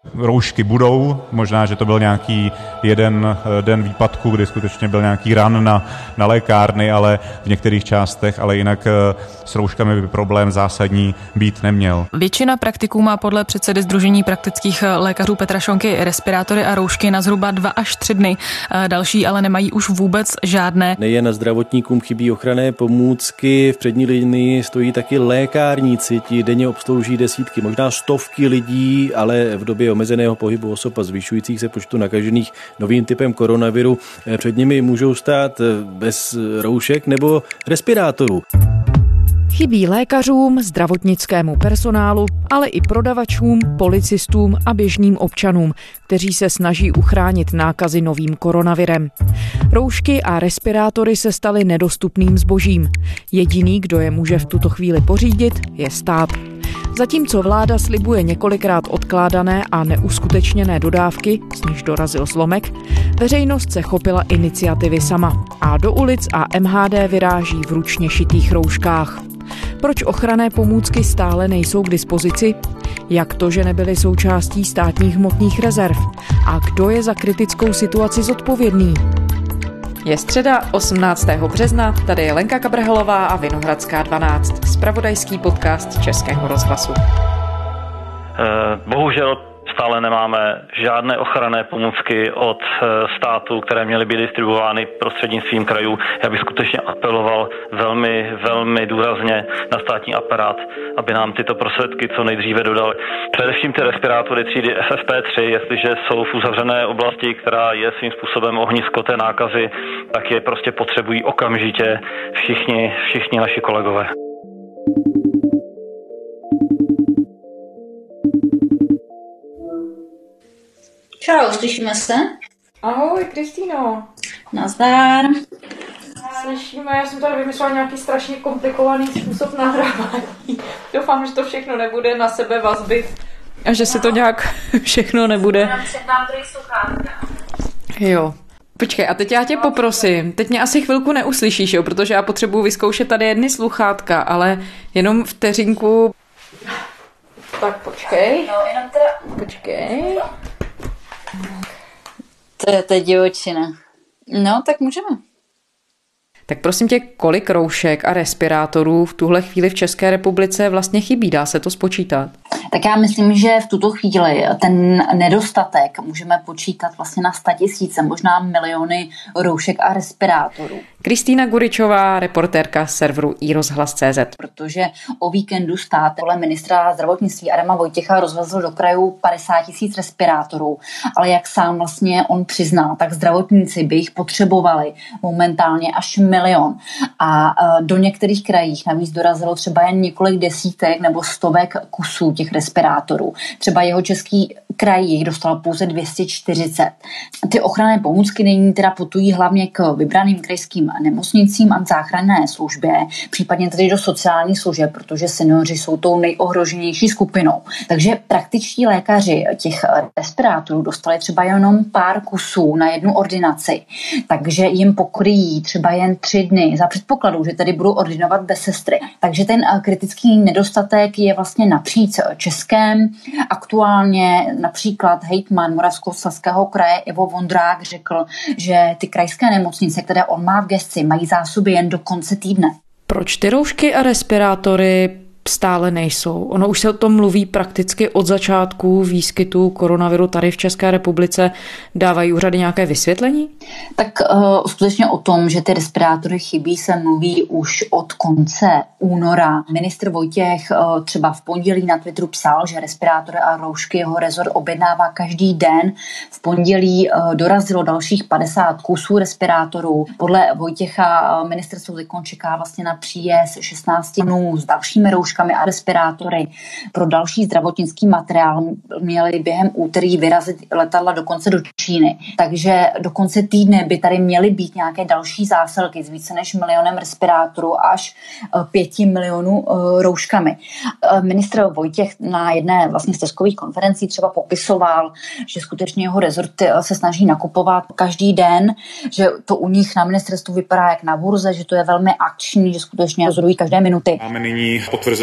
Roušky budou, možná, že to byl nějaký jeden den výpadku, kdy skutečně byl nějaký run na lékárny, ale v některých částech, ale jinak s rouškami by problém zásadní být neměl. Většina praktiků má podle předsedy Sdružení praktických lékařů Petra Šonky respirátory a roušky na zhruba 2 až 3 dny. Další ale nemají už vůbec žádné. Nejen zdravotníkům chybí ochranné pomůcky, v přední linii stojí taky lékárníci, ti denně obslouží desítky, možná stovky lidí, ale v době omezeného pohybu osob a zvyšujících se počtu nakažených novým typem koronaviru před nimi můžou stát bez roušek nebo respirátorů. Chybí lékařům, zdravotnickému personálu, ale i prodavačům, policistům a běžným občanům, kteří se snaží uchránit nákazy novým koronavirem. Roušky a respirátory se staly nedostupným zbožím. Jediný, kdo je může v tuto chvíli pořídit, je stát. Zatímco vláda slibuje několikrát odkládané a neuskutečněné dodávky, z níž dorazil zlomek, veřejnost se chopila iniciativy sama a do ulic a MHD vyráží v ručně šitých rouškách. Proč ochranné pomůcky stále nejsou k dispozici? Jak to, že nebyly součástí státních hmotných rezerv? A kdo je za kritickou situaci zodpovědný? Je středa 18. března, tady je Lenka Kabrhelová a Vinohradská 12, zpravodajský podcast Českého rozhlasu. Bohužel stále nemáme žádné ochranné pomůcky od státu, které měly být distribuovány prostřednictvím krajů. Já bych skutečně apeloval velmi důrazně na státní aparát, aby nám tyto prostředky co nejdříve dodali. Především ty respirátory třídy FFP3, jestliže jsou v uzavřené oblasti, která je svým způsobem ohnisko té nákazy, tak je prostě potřebují okamžitě všichni naši kolegové. Čau, slyšíme se? Ahoj, Kristýno. Nazdar. Slyšíme, já jsem tady vymyslela nějaký strašně komplikovaný způsob nahrávání. Doufám, že to všechno nebude na sebe vazby a že se to nějak všechno nebude. Jo. Počkej, a teď já tě poprosím, teď mě asi chvilku neuslyšíš, jo, protože já potřebuji vyzkoušet tady jedny sluchátka, ale jenom vteřinku. Tak počkej. No, jenom teda... Počkej. To je divočina. No, tak můžeme. Tak prosím tě, kolik roušek a respirátorů v tuhle chvíli v České republice vlastně chybí? Dá se to spočítat? Tak já myslím, že v tuto chvíli ten nedostatek můžeme počítat vlastně na 100 000, možná miliony roušek a respirátorů. Kristýna Guričová, reportérka serveru iRozhlas.cz. Protože o víkendu stát podle ministra zdravotnictví Adama Vojtěcha rozvezl do krajů 50 000 respirátorů, ale jak sám vlastně on přiznal, tak zdravotníci by jich potřebovali momentálně až 1 milion. A do některých krajích navíc dorazilo třeba jen několik desítek nebo stovek kusů těch respirátorů. Třeba Jihočeský kraj jich dostal pouze 240. Ty ochranné pomůcky nyní teda putují hlavně k vybraným krajským nemocnicím a k záchranné službě, případně tedy do sociálních služeb, protože seniori jsou tou nejohroženější skupinou. Takže praktičtí lékaři těch respirátorů dostali třeba jenom pár kusů na jednu ordinaci, takže jim pokryjí třeba jen 3 dny za předpokladu, že tedy budou ordinovat bez sestry. Takže ten kritický nedostatek je vlastně napříč Českém. Aktuálně například hejtman Moravskoslezského kraje Ivo Vondrák řekl, že ty krajské nemocnice, které on má v gesci, mají zásoby jen do konce týdne. Proč ty roušky a respirátory stále nejsou? Ono už se o tom mluví prakticky od začátku výskytu koronaviru tady v České republice. Dávají úřady nějaké vysvětlení? Tak skutečně o tom, že ty respirátory chybí, se mluví už od konce února. Ministr Vojtěch třeba v pondělí na Twitteru psal, že respirátory a roušky jeho rezort objednává každý den. V pondělí dorazilo dalších 50 kusů respirátorů. Podle Vojtěcha ministerstvo teď čeká vlastně na příjezd 16 dnů s dalšími rouškami a respirátory. Pro další zdravotnický materiál měli během úterý vyrazit letadla dokonce do Číny. Takže do konce týdne by tady měly být nějaké další zásilky s více než 1 milionem respirátorů až 5 milionů rouškami. Ministr Vojtěch na jedné vlastně z tiskových konferencí třeba popisoval, že skutečně jeho rezort se snaží nakupovat každý den, že to u nich na ministerstvu vypadá jak na burze, že to je velmi akční, že skutečně rozhodují každé minuty. Máme nyní potvrzené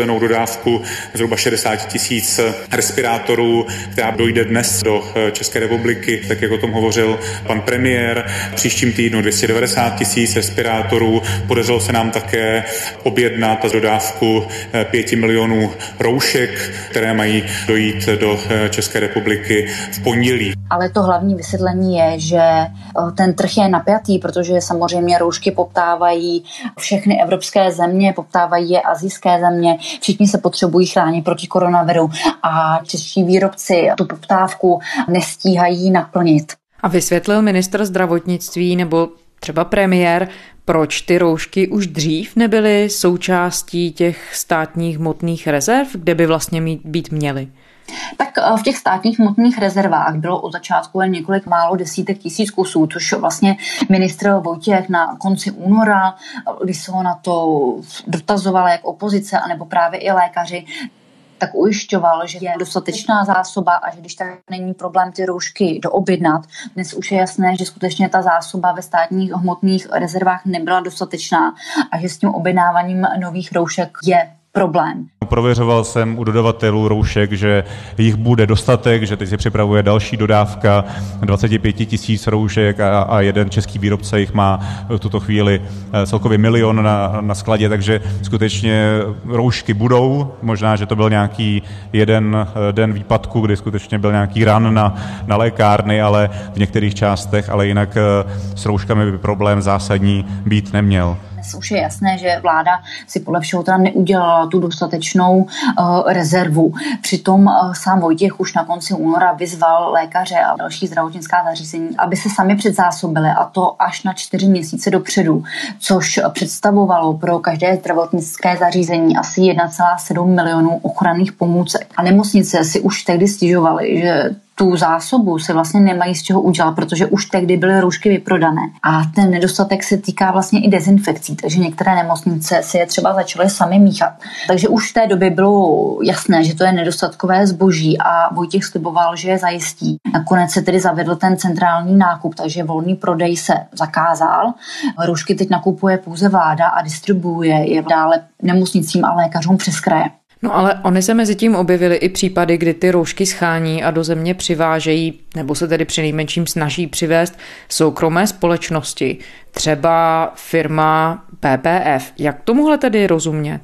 omezenou dodávku zhruba 60 000 respirátorů, která dojde dnes do České republiky, tak jak o tom hovořil pan premiér. V příštím týdnu 290 000 respirátorů. Podařilo se nám také objednat dodávku 5 milionů roušek, které mají dojít do České republiky v pondělí. Ale to hlavní vysvětlení je, že ten trh je napjatý, protože samozřejmě roušky poptávají všechny evropské země, poptávají je asijské země, všichni se potřebují chránit proti koronaviru a čeští výrobci tu poptávku nestíhají naplnit. A vysvětlil ministr zdravotnictví nebo třeba premiér, proč ty roušky už dřív nebyly součástí těch státních hmotných rezerv, kde by vlastně být měly? Tak v těch státních hmotných rezervách bylo od začátku jen několik málo desítek tisíc kusů, což vlastně ministr Vojtěch na konci února, když se ho na to dotazovala jak opozice, anebo právě i lékaři, tak ujišťoval, že je dostatečná zásoba a že když tak není problém ty roušky doobjednat. Dnes už je jasné, že skutečně ta zásoba ve státních hmotných rezervách nebyla dostatečná a že s tím objednáváním nových roušek je problém. Prověřoval jsem u dodavatelů roušek, že jich bude dostatek, že teď se připravuje další dodávka 25 000 roušek a jeden český výrobce jich má v tuto chvíli celkově 1 000 000 na skladě, takže skutečně roušky budou. Možná, že to byl nějaký jeden den výpadku, kdy skutečně byl nějaký ran na lékárny, ale v některých částech, ale jinak s rouškami by problém zásadní být neměl. Už je jasné, že vláda si podle všeho teda neudělala tu dostatečnou rezervu. Přitom sám Vojtěch už na konci února vyzval lékaře a další zdravotnická zařízení, aby se sami předzásobili, a to až na 4 měsíce dopředu, což představovalo pro každé zdravotnické zařízení asi 1,7 milionu ochranných pomůcek. A nemocnice si už tehdy stěžovaly, že tu zásobu se vlastně nemají z čeho udělat, protože už tehdy byly roušky vyprodané. A ten nedostatek se týká vlastně i dezinfekcí, takže některé nemocnice si je třeba začaly sami míchat. Takže už v té době bylo jasné, že to je nedostatkové zboží a Vojtěch sliboval, že je zajistí. Nakonec se tedy zavedl ten centrální nákup, takže volný prodej se zakázal. Roušky teď nakupuje pouze vláda a distribuuje je dále nemocnicím a lékařům přes kraje. No ale oni se mezi tím objevily i případy, kdy ty roušky schání a do země přivážejí, nebo se tedy přinejmenším snaží přivést soukromé společnosti, třeba firma PPF. Jak tomuhle tedy rozumět?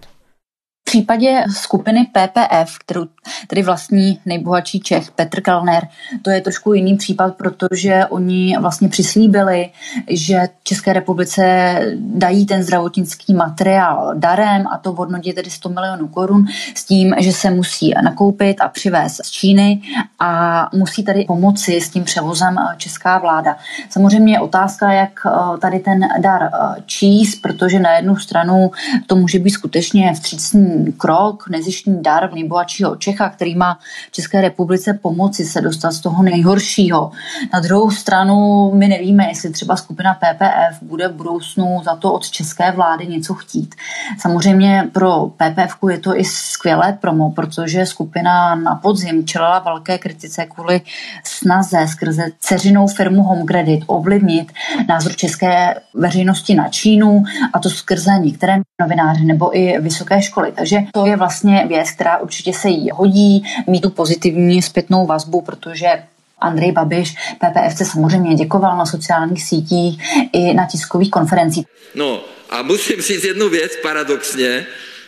V případě skupiny PPF, kterou tedy vlastní nejbohatší Čech Petr Kellner, to je trošku jiný případ, protože oni vlastně přislíbili, že České republice dají ten zdravotnický materiál darem, a to v hodnotě tedy 100 milionů korun, s tím, že se musí nakoupit a přivést z Číny a musí tady pomoci s tím převozem česká vláda. Samozřejmě je otázka, jak tady ten dar číst, protože na jednu stranu to může být skutečně vstřícný krok, nezištný dar nejbohatšího Čecha, který má České republice pomoci se dostat z toho nejhoršího. Na druhou stranu my nevíme, jestli třeba skupina PPF bude v budoucnu za to od české vlády něco chtít. Samozřejmě pro PPF je to i skvělé promo, protože skupina na podzim čelila velké kritice kvůli snaze skrze dceřinou firmu Home Credit ovlivnit názor české veřejnosti na Čínu, a to skrze některé novináře nebo i vysoké školy. Takže to je vlastně věc, která určitě se jí hodí mít tu pozitivní zpětnou vazbu, protože Andrej Babiš PPFce samozřejmě děkoval na sociálních sítích i na tiskových konferencích. No a musím říct jednu věc paradoxně.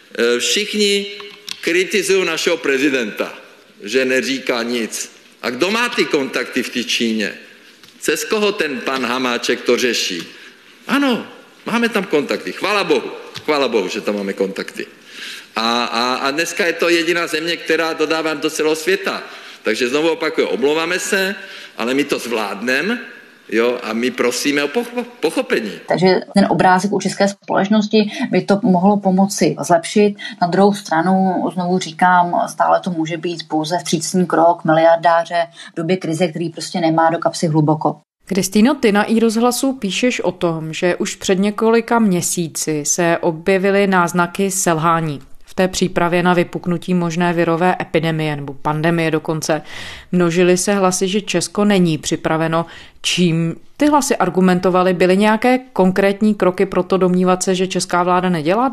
Všichni kritizují našeho prezidenta, že neříká nic. A kdo má ty kontakty v té Číně? Cez koho ten pan Hamáček to řeší? Ano, máme tam kontakty. Chvála Bohu, že tam máme kontakty. A dneska je to jediná země, která dodává do celého světa. Takže znovu opakuju, omlouváme se, ale my to zvládneme, jo, a my prosíme o pochopení. Takže ten obrázek u české společnosti by to mohlo pomoci zlepšit. Na druhou stranu, znovu říkám, stále to může být pouze vstřícný krok miliardáře v době krize, který prostě nemá do kapsy hluboko. Kristýno, ty na iRozhlasu píšeš o tom, že už před několika měsíci se objevily náznaky selhání v té přípravě na vypuknutí možné virové epidemie nebo pandemie dokonce. Množily se hlasy, že Česko není připraveno. Čím ty hlasy argumentovaly? Byly nějaké konkrétní kroky pro to domnívat se, že česká vláda nedělá dost?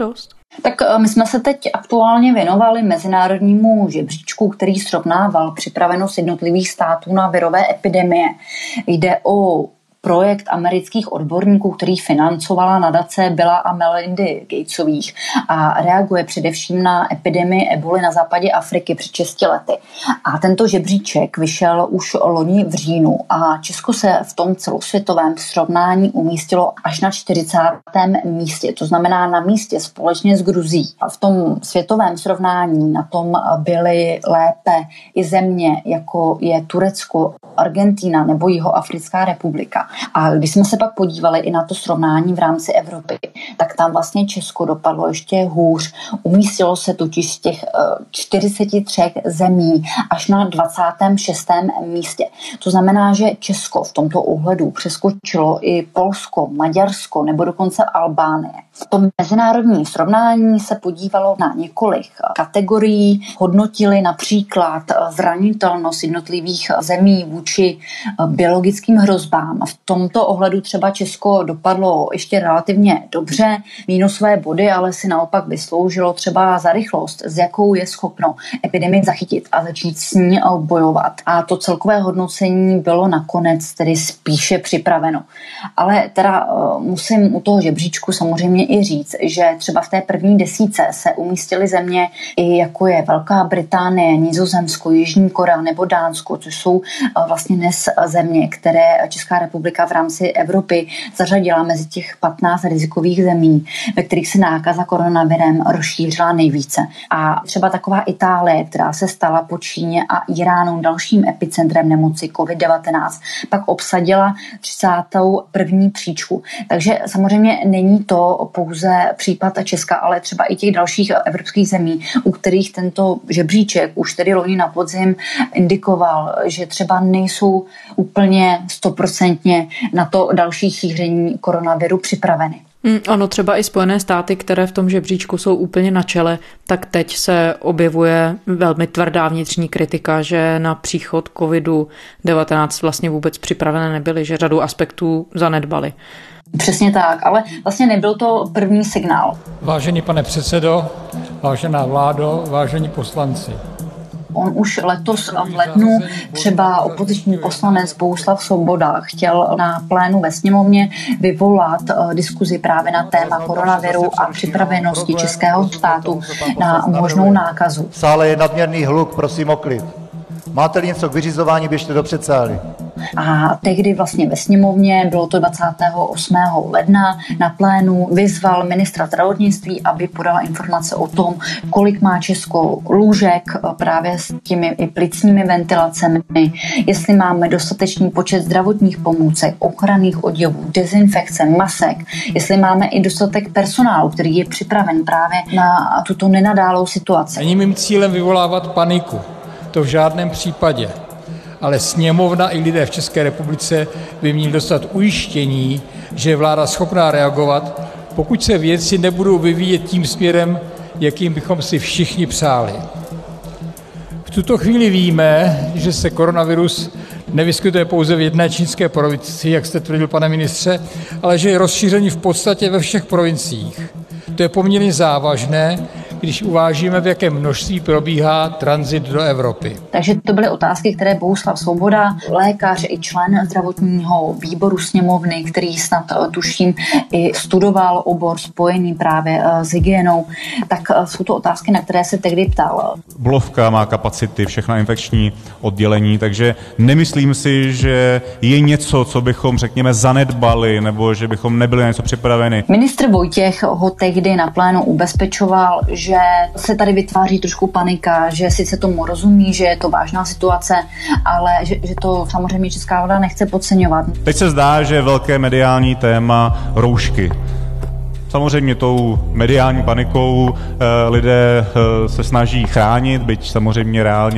Tak my jsme se teď aktuálně věnovali mezinárodnímu žebříčku, který srovnával připravenost jednotlivých států na virové epidemie. Jde o projekt amerických odborníků, který financovala nadace Billa a Melindy Gatesových a reaguje především na epidemii eboli na západě Afriky před 6 lety. A tento žebříček vyšel už loni v říjnu a Česko se v tom celosvětovém srovnání umístilo až na 40. místě, to znamená na místě společně s Gruzií. A v tom světovém srovnání na tom byly lépe i země, jako je Turecko, Argentina nebo Jihoafrická republika. A když jsme se pak podívali i na to srovnání v rámci Evropy, tak tam vlastně Česko dopadlo ještě hůř. Umístilo se totiž z těch 43 zemí až na 26. místě. To znamená, že Česko v tomto ohledu přeskočilo i Polsko, Maďarsko nebo dokonce Albánie. V tom mezinárodní srovnání se podívalo na několik kategorií, hodnotili například zranitelnost jednotlivých zemí vůči biologickým hrozbám. V tomto ohledu třeba Česko dopadlo ještě relativně dobře, minusové body, ale si naopak vysloužilo třeba za rychlost, s jakou je schopno epidemii zachytit a začít s ní bojovat. A to celkové hodnocení bylo nakonec tedy spíše připraveno. Ale teda musím u toho žebříčku samozřejmě i říct, že třeba v té první desítce se umístily země i jako je Velká Británie, Nizozemsko, Jižní Korea nebo Dánsko, což jsou vlastně dnes země, které Česká republika v rámci Evropy zařadila mezi těch 15 rizikových zemí, ve kterých se nákaza koronavirem rozšířila nejvíce. A třeba taková Itálie, která se stala po Číně a Iránu dalším epicentrem nemoci COVID-19, pak obsadila 31. příčku. Takže samozřejmě není to pouze případ Česka, ale třeba i těch dalších evropských zemí, u kterých tento žebříček už tedy loni na podzim indikoval, že třeba nejsou úplně 100% na to další šíření koronaviru připraveny. Ano, třeba i Spojené státy, které v tom žebříčku jsou úplně na čele, tak teď se objevuje velmi tvrdá vnitřní kritika, že na příchod COVID-19 vlastně vůbec připravené nebyly, že řadu aspektů zanedbali. Přesně tak, ale vlastně nebyl to první signál. Vážený pane předsedo, vážená vládo, vážení poslanci. On už letos v lednu třeba opoziční poslanec Bohuslav Svoboda chtěl na plénu ve sněmovně vyvolat diskuzi právě na téma koronaviru a připravenosti českého státu na možnou nákazu. V sále je nadměrný hluk, prosím o klid. Máte-li něco k vyřizování, běžte do předsálí. A tehdy vlastně ve sněmovně, bylo to 28. ledna, na plénu vyzval ministra zdravotnictví, aby podala informace o tom, kolik má Česko lůžek právě s těmi i plicními ventilacemi, jestli máme dostatečný počet zdravotních pomůcek, ochranných oděvů, dezinfekce, masek, jestli máme i dostatek personálu, který je připraven právě na tuto nenadálou situaci. Není mým cílem vyvolávat paniku, to v žádném případě. Ale sněmovna i lidé v České republice by měli dostat ujištění, že je vláda schopná reagovat, pokud se věci nebudou vyvíjet tím směrem, jakým bychom si všichni přáli. V tuto chvíli víme, že se koronavirus nevyskytuje pouze v jedné čínské provincii, jak jste tvrdil, pane ministře, ale že je rozšířený v podstatě ve všech provinciích. To je poměrně závažné, když uvážíme, v jakém množství probíhá tranzit do Evropy. Takže to byly otázky, které Bohuslav Svoboda, lékař i člen zdravotního výboru sněmovny, který snad tuším i studoval obor spojený právě s hygienou, tak jsou to otázky, na které se tehdy ptal. Bulovka má kapacity, všechna infekční oddělení, takže nemyslím si, že je něco, co bychom, řekněme, zanedbali, nebo že bychom nebyli na něco připraveni. Ministr Vojtěch ho tehdy na plénu ubezpečoval, že se tady vytváří trošku panika, že sice tomu rozumí, že je to vážná situace, ale že to samozřejmě česká vláda nechce podceňovat. Teď se zdá, že je velké mediální téma roušky. Samozřejmě tou mediální panikou lidé se snaží chránit, byť samozřejmě reálně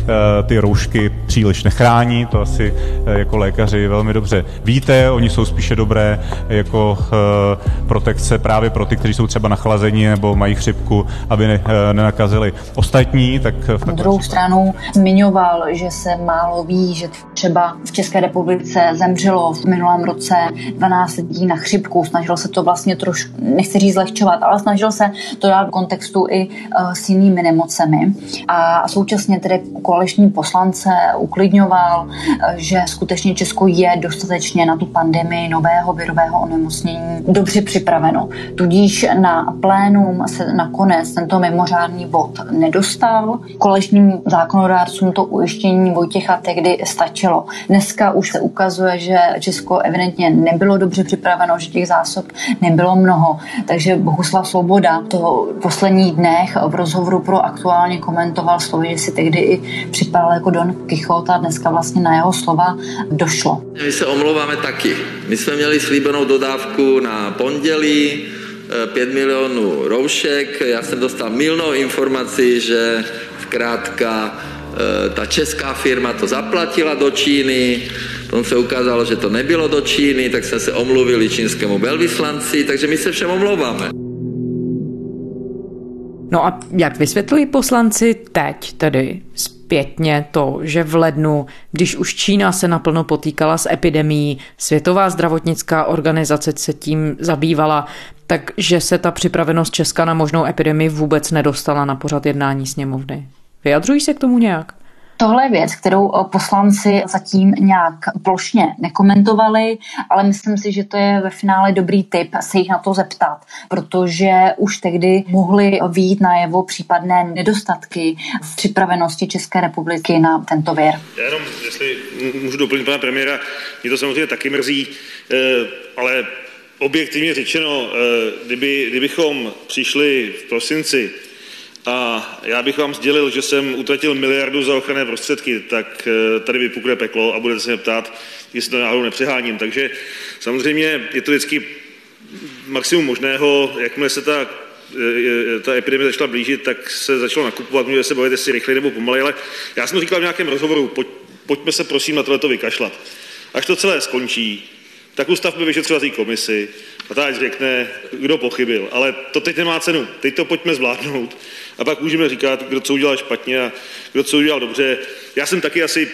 ty roušky příliš nechrání, to asi jako lékaři velmi dobře víte, oni jsou spíše dobré jako protekce právě pro ty, kteří jsou třeba nachlazení nebo mají chřipku, aby nenakazili ostatní. Tak na druhou stranu zmiňoval, že se málo ví, že třeba v České republice zemřelo v minulém roce 12 lidí na chřipku. Snažil se to vlastně trošku, nechci říct zlehčovat, ale snažil se to dát v kontextu i s jinými nemocemi. A současně tedy koaliční poslance uklidňoval, že skutečně Česko je dostatečně na tu pandemii nového virového onemocnění dobře připraveno. Tudíž na plénum se nakonec tento mimořádný bod nedostal. Koaličním zákonodárcům to ujištění Vojtěcha tehdy stačilo. Dneska už se ukazuje, že Česko evidentně nebylo dobře připraveno, že těch zásob nebylo mnoho. Takže Bohuslav Svoboda to v posledních dnech v rozhovoru pro Aktuálně komentoval slovy, že si tehdy i připadal jako Don Quixote a dneska vlastně na jeho slova došlo. My se omlouváme taky. My jsme měli slíbenou dodávku na pondělí, 5 milionů roušek. Já jsem dostal mylnou informaci, že zkrátka ta česká firma to zaplatila do Číny, potom se ukázalo, že to nebylo do Číny, tak jsme se omluvili čínskému velvyslanci, takže my se všem omlouváme. No a jak vysvětlují poslanci teď tedy zpětně to, že v lednu, když už Čína se naplno potýkala s epidemií, Světová zdravotnická organizace se tím zabývala, takže se ta připravenost Česka na možnou epidemii vůbec nedostala na pořad jednání sněmovny? Vyjadřují se k tomu nějak? Tohle je věc, kterou poslanci zatím nějak plošně nekomentovali, ale myslím si, že to je ve finále dobrý tip se jich na to zeptat, protože už tehdy mohly vyjít najevo případné nedostatky v připravenosti České republiky na tento vir. Já jenom, jestli můžu doplnit pana premiéra, mě to samozřejmě taky mrzí, ale objektivně řečeno, kdybychom přišli v prosinci a já bych vám sdělil, že jsem utratil 1 miliardu za ochranné prostředky, tak tady vypukne peklo a budete se mě ptát, jestli to náhodou nepřeháním. Takže samozřejmě je to vždycky maximum možného, jakmile se ta epidemie začala blížit, tak se začalo nakupovat, můžete se bavit, jestli rychleji nebo pomalej, ale já jsem to říkal v nějakém rozhovoru, pojďme se prosím na tohleto vykašlat. Až to celé skončí, tak ustavme vyšetřovací komisi a ta ať řekne, kdo pochybil. Ale to teď nemá cenu. Teď to pojďme zvládnout a pak můžeme říkat, kdo co udělal špatně a kdo co udělal dobře. Já jsem taky asi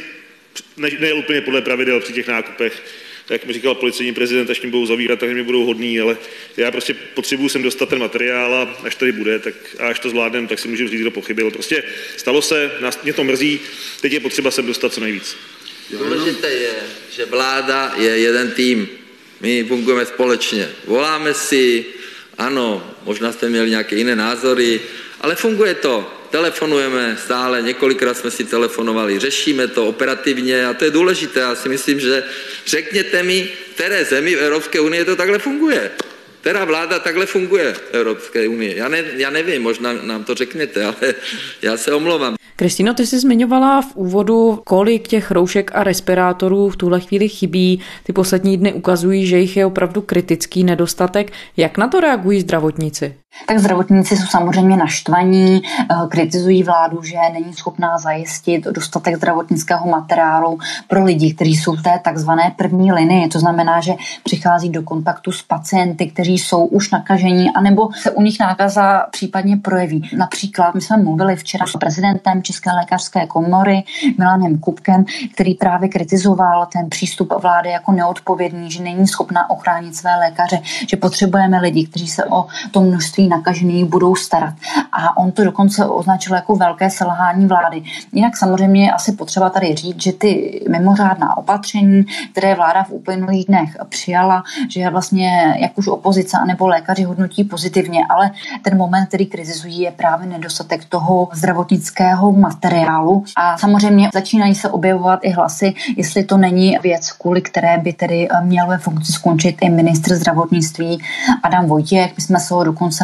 nejel úplně podle pravidel při těch nákupech. Jak mi říkal policejní prezident, až mě budou zavírat, tak mě budou hodný, ale já prostě potřebuji sem dostat ten materiál a až tady bude, tak a až to zvládnem, tak si můžeme říct, kdo pochybil. Prostě stalo se, mě to mrzí, teď je potřeba sem dostat co nejvíc. Důležité je, že vláda je jeden tým. My fungujeme společně. Voláme si, ano, možná jste měli nějaké jiné názory, ale funguje to. Telefonujeme stále, několikrát jsme si telefonovali, řešíme to operativně a to je důležité. Já si myslím, že řekněte mi, které zemi v Evropské unii to takhle funguje. Která vláda takhle funguje v Evropské unii. Já nevím, možná nám to řeknete, ale já se omlouvám. Kristýno, ty jsi zmiňovala v úvodu, kolik těch roušek a respirátorů v tuhle chvíli chybí. Ty poslední dny ukazují, že jich je opravdu kritický nedostatek. Jak na to reagují zdravotníci? Tak zdravotníci jsou samozřejmě naštvaní, kritizují vládu, že není schopná zajistit dostatek zdravotnického materiálu pro lidi, kteří jsou v té takzvané první linii. To znamená, že přichází do kontaktu s pacienty, kteří jsou už nakažení, anebo se u nich nákaza případně projeví. Například my jsme mluvili včera s prezidentem České lékařské komory Milanem Kubkem, který právě kritizoval ten přístup vlády jako neodpovědný, že není schopná ochránit své lékaře, že potřebujeme lidi, kteří se o to množství nakažených budou starat. A on to dokonce označil jako velké selhání vlády. Jinak samozřejmě je asi potřeba tady říct, že ty mimořádná opatření, které vláda v uplynulých dnech přijala, že vlastně jak už opozice anebo lékaři hodnotí pozitivně, ale ten moment, který kritizují, je právě nedostatek toho zdravotnického materiálu. A samozřejmě začínají se objevovat i hlasy, jestli to není věc, kvůli které by tedy měl ve funkci skončit i ministr zdravotnictví Adam Vojtěch. My jsme se ho dokonce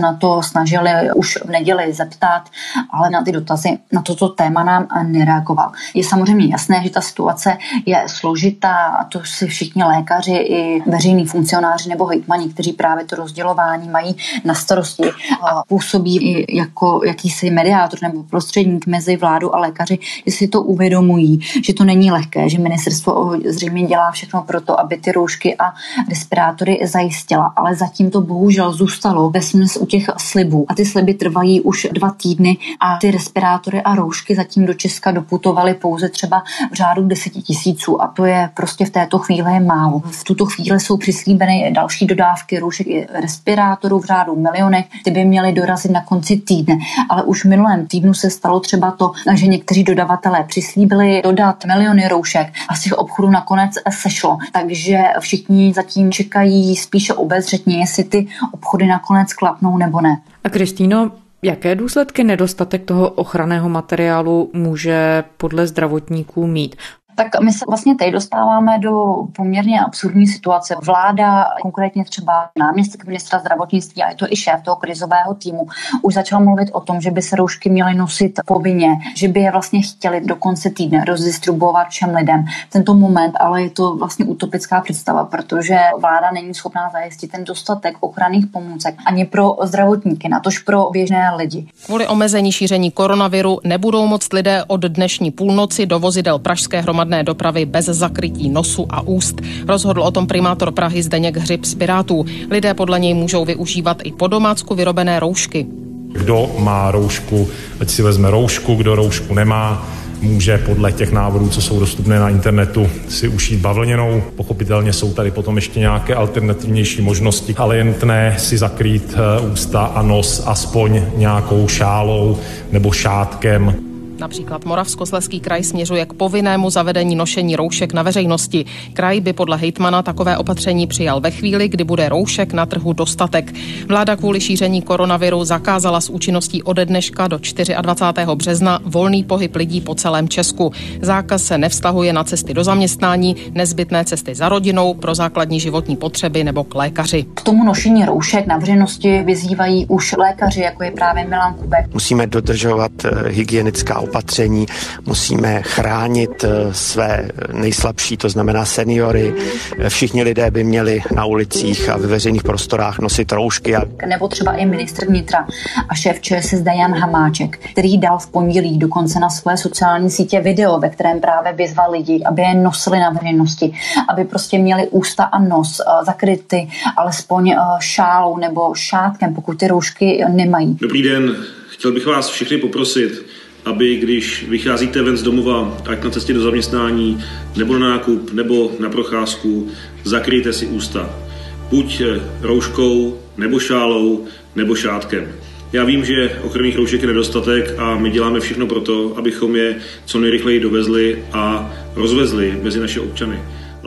na to snažili už v neděli zeptat, ale na ty dotazy na toto téma nám nereagoval. Je samozřejmě jasné, že ta situace je složitá, a to si všichni lékaři i veřejní funkcionáři nebo hejtmani, kteří právě to rozdělování mají na starosti a působí i jako jakýsi mediátor nebo prostředník mezi vládou a lékaři, že si to uvědomují, že to není lehké, že ministerstvo zřejmě dělá všechno pro to, aby ty roušky a respirátory zajistila, ale zatím to bohužel zůstalo vesměs u těch slibů. A ty sliby trvají už 2 týdny a ty respirátory a roušky zatím do Česka doputovaly pouze třeba v řádu 10 000 a to je prostě v této chvíli málo. V tuto chvíli jsou přislíbeny další dodávky roušek i respirátorů v řádu milionech, ty by měly dorazit na konci týdne, ale už v minulém týdnu se stalo třeba to, že někteří dodavatelé přislíbili dodat miliony roušek a z těch obchodů nakonec sešlo. Takže všichni zatím čekají spíše obezřetně, jestli ty obchody nakonec klapnou nebo ne. A Kristýno, jaké důsledky nedostatek toho ochranného materiálu může podle zdravotníků mít? Tak my se vlastně teď dostáváme do poměrně absurdní situace. Vláda, konkrétně třeba náměstek ministra zdravotnictví, a je to i šéf toho krizového týmu, už začal mluvit o tom, že by se roušky měly nosit povinně, že by je vlastně chtěli do konce týdne rozdistribuovat všem lidem. V tento moment ale je to vlastně utopická představa, protože vláda není schopná zajistit ten dostatek ochranných pomůcek ani pro zdravotníky, natož pro běžné lidi. Kvůli omezení šíření koronaviru nebudou moct lidé od dnešní půlnoci do vozidel pražské hromadné dopravy bez zakrytí nosu a úst. Rozhodl o tom primátor Prahy Zdeněk Hřib z Pirátů. Lidé podle něj můžou využívat i po domácku vyrobené roušky. Kdo má roušku, ať si vezme roušku, kdo roušku nemá, může podle těch návodů, co jsou dostupné na internetu, si ušít bavlněnou. Pochopitelně jsou tady potom ještě nějaké alternativnější možnosti, ale je nutné si zakrýt ústa a nos aspoň nějakou šálou nebo šátkem. Například Moravskoslezský kraj směřuje k povinnému zavedení nošení roušek na veřejnosti. Kraj by podle hejtmana takové opatření přijal ve chvíli, kdy bude roušek na trhu dostatek. Vláda kvůli šíření koronaviru zakázala s účinností ode dneška do 24. března volný pohyb lidí po celém Česku. Zákaz se nevztahuje na cesty do zaměstnání, nezbytné cesty za rodinou, pro základní životní potřeby nebo k lékaři. K tomu nošení roušek na veřejnosti vyzývají už lékaři, jako je právě Milan Kubek. Musíme dodržovat hygienická opatření, musíme chránit své nejslabší, to znamená seniory. Všichni lidé by měli na ulicích a ve veřejných prostorách nosit roušky. Nebo třeba i ministr vnitra a šéf ČSSD Jan Hamáček, který dal v pondělí dokonce na své sociální sítě video, ve kterém právě vyzval lidi, aby je nosili na veřejnosti, aby prostě měli ústa a nos zakryty alespoň šálou nebo šátkem, pokud ty roušky nemají. Dobrý den, chtěl bych vás všechny poprosit, aby když vycházíte ven z domova, ať na cestě do zaměstnání, nebo na nákup, nebo na procházku, zakryjte si ústa. Buď rouškou, nebo šálou, nebo šátkem. Já vím, že ochranných roušek je nedostatek a my děláme všechno pro to, abychom je co nejrychleji dovezli a rozvezli mezi naše občany.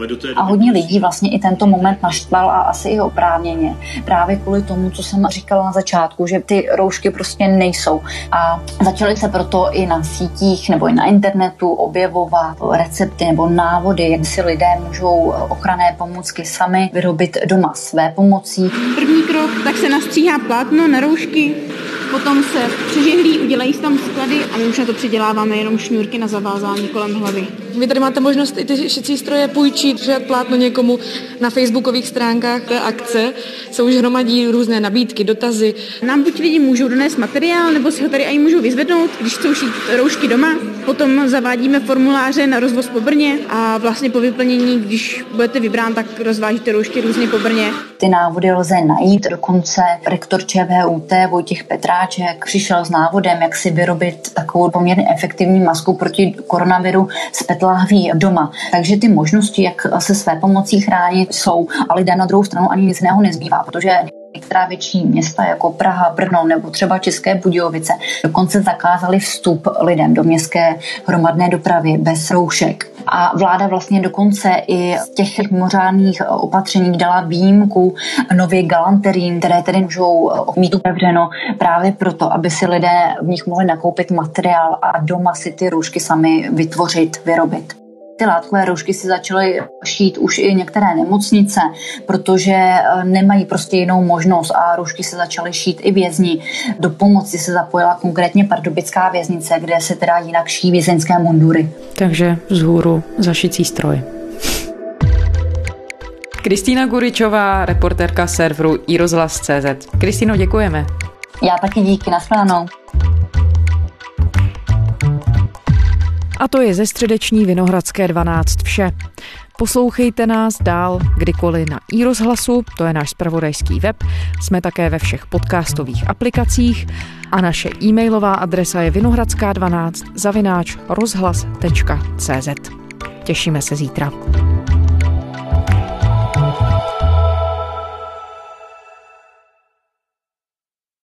A hodně lidí vlastně i tento moment naštval a asi i oprávněně. Právě kvůli tomu, co jsem říkala na začátku, že ty roušky prostě nejsou. A začaly se proto i na sítích nebo i na internetu objevovat recepty nebo návody, jak si lidé můžou ochranné pomůcky sami vyrobit doma své pomocí. První krok, tak se nastříhá plátno na roušky, potom se přežehlí, udělají tam sklady a my už na to přiděláváme jenom šňůrky na zavázání kolem hlavy. Vy tady máte možnost i ty šicí stroje půjčit, přidat plátno někomu na facebookových stránkách té akce. Se už hromadí různé nabídky, dotazy. Nám buď lidi můžou donést materiál, nebo si ho tady i můžou vyzvednout, když chcou šít roušky doma. Potom zavádíme formuláře na rozvoz po Brně a vlastně po vyplnění, když budete vybrán, tak rozvážíte roušky různě po Brně. Ty návody lze najít, dokonce rektor ČVUT Vojtěch Petráček přišel s návodem, jak si vyrobit takovou poměrně efektivní masku proti koronaviru z PET lahví doma. Takže ty možnosti, jak se své pomocí chránit, jsou, ale lidé na druhou stranu ani nic jiného nezbývá, protože některá větší města jako Praha, Brno nebo třeba České Budějovice dokonce zakázali vstup lidem do městské hromadné dopravy bez roušek. A vláda vlastně dokonce i z těch mimořádných opatření dala výjimku nově galanteriím, které tedy můžou mít otevřeno právě proto, aby si lidé v nich mohli nakoupit materiál a doma si ty roušky sami vytvořit, vyrobit. ty látkové roušky si začaly šít už i některé nemocnice, protože nemají prostě jinou možnost a roušky se začaly šít i vězni. Do pomoci se zapojila konkrétně Pardubická věznice, kde se teda jinak ší vězeňské mundury. Takže vzhůru zašicí stroj. Kristýna Guričová, reportérka serveru iRozhlas.cz. Kristýno, děkujeme. Já taky díky, nashledanou. A to je ze středeční Vinohradské 12 vše. Poslouchejte nás dál kdykoliv na iRozhlasu, to je náš zpravodajský web. Jsme také ve všech podcastových aplikacích a naše e-mailová adresa je vinohradská12@rozhlas.cz. Těšíme se zítra.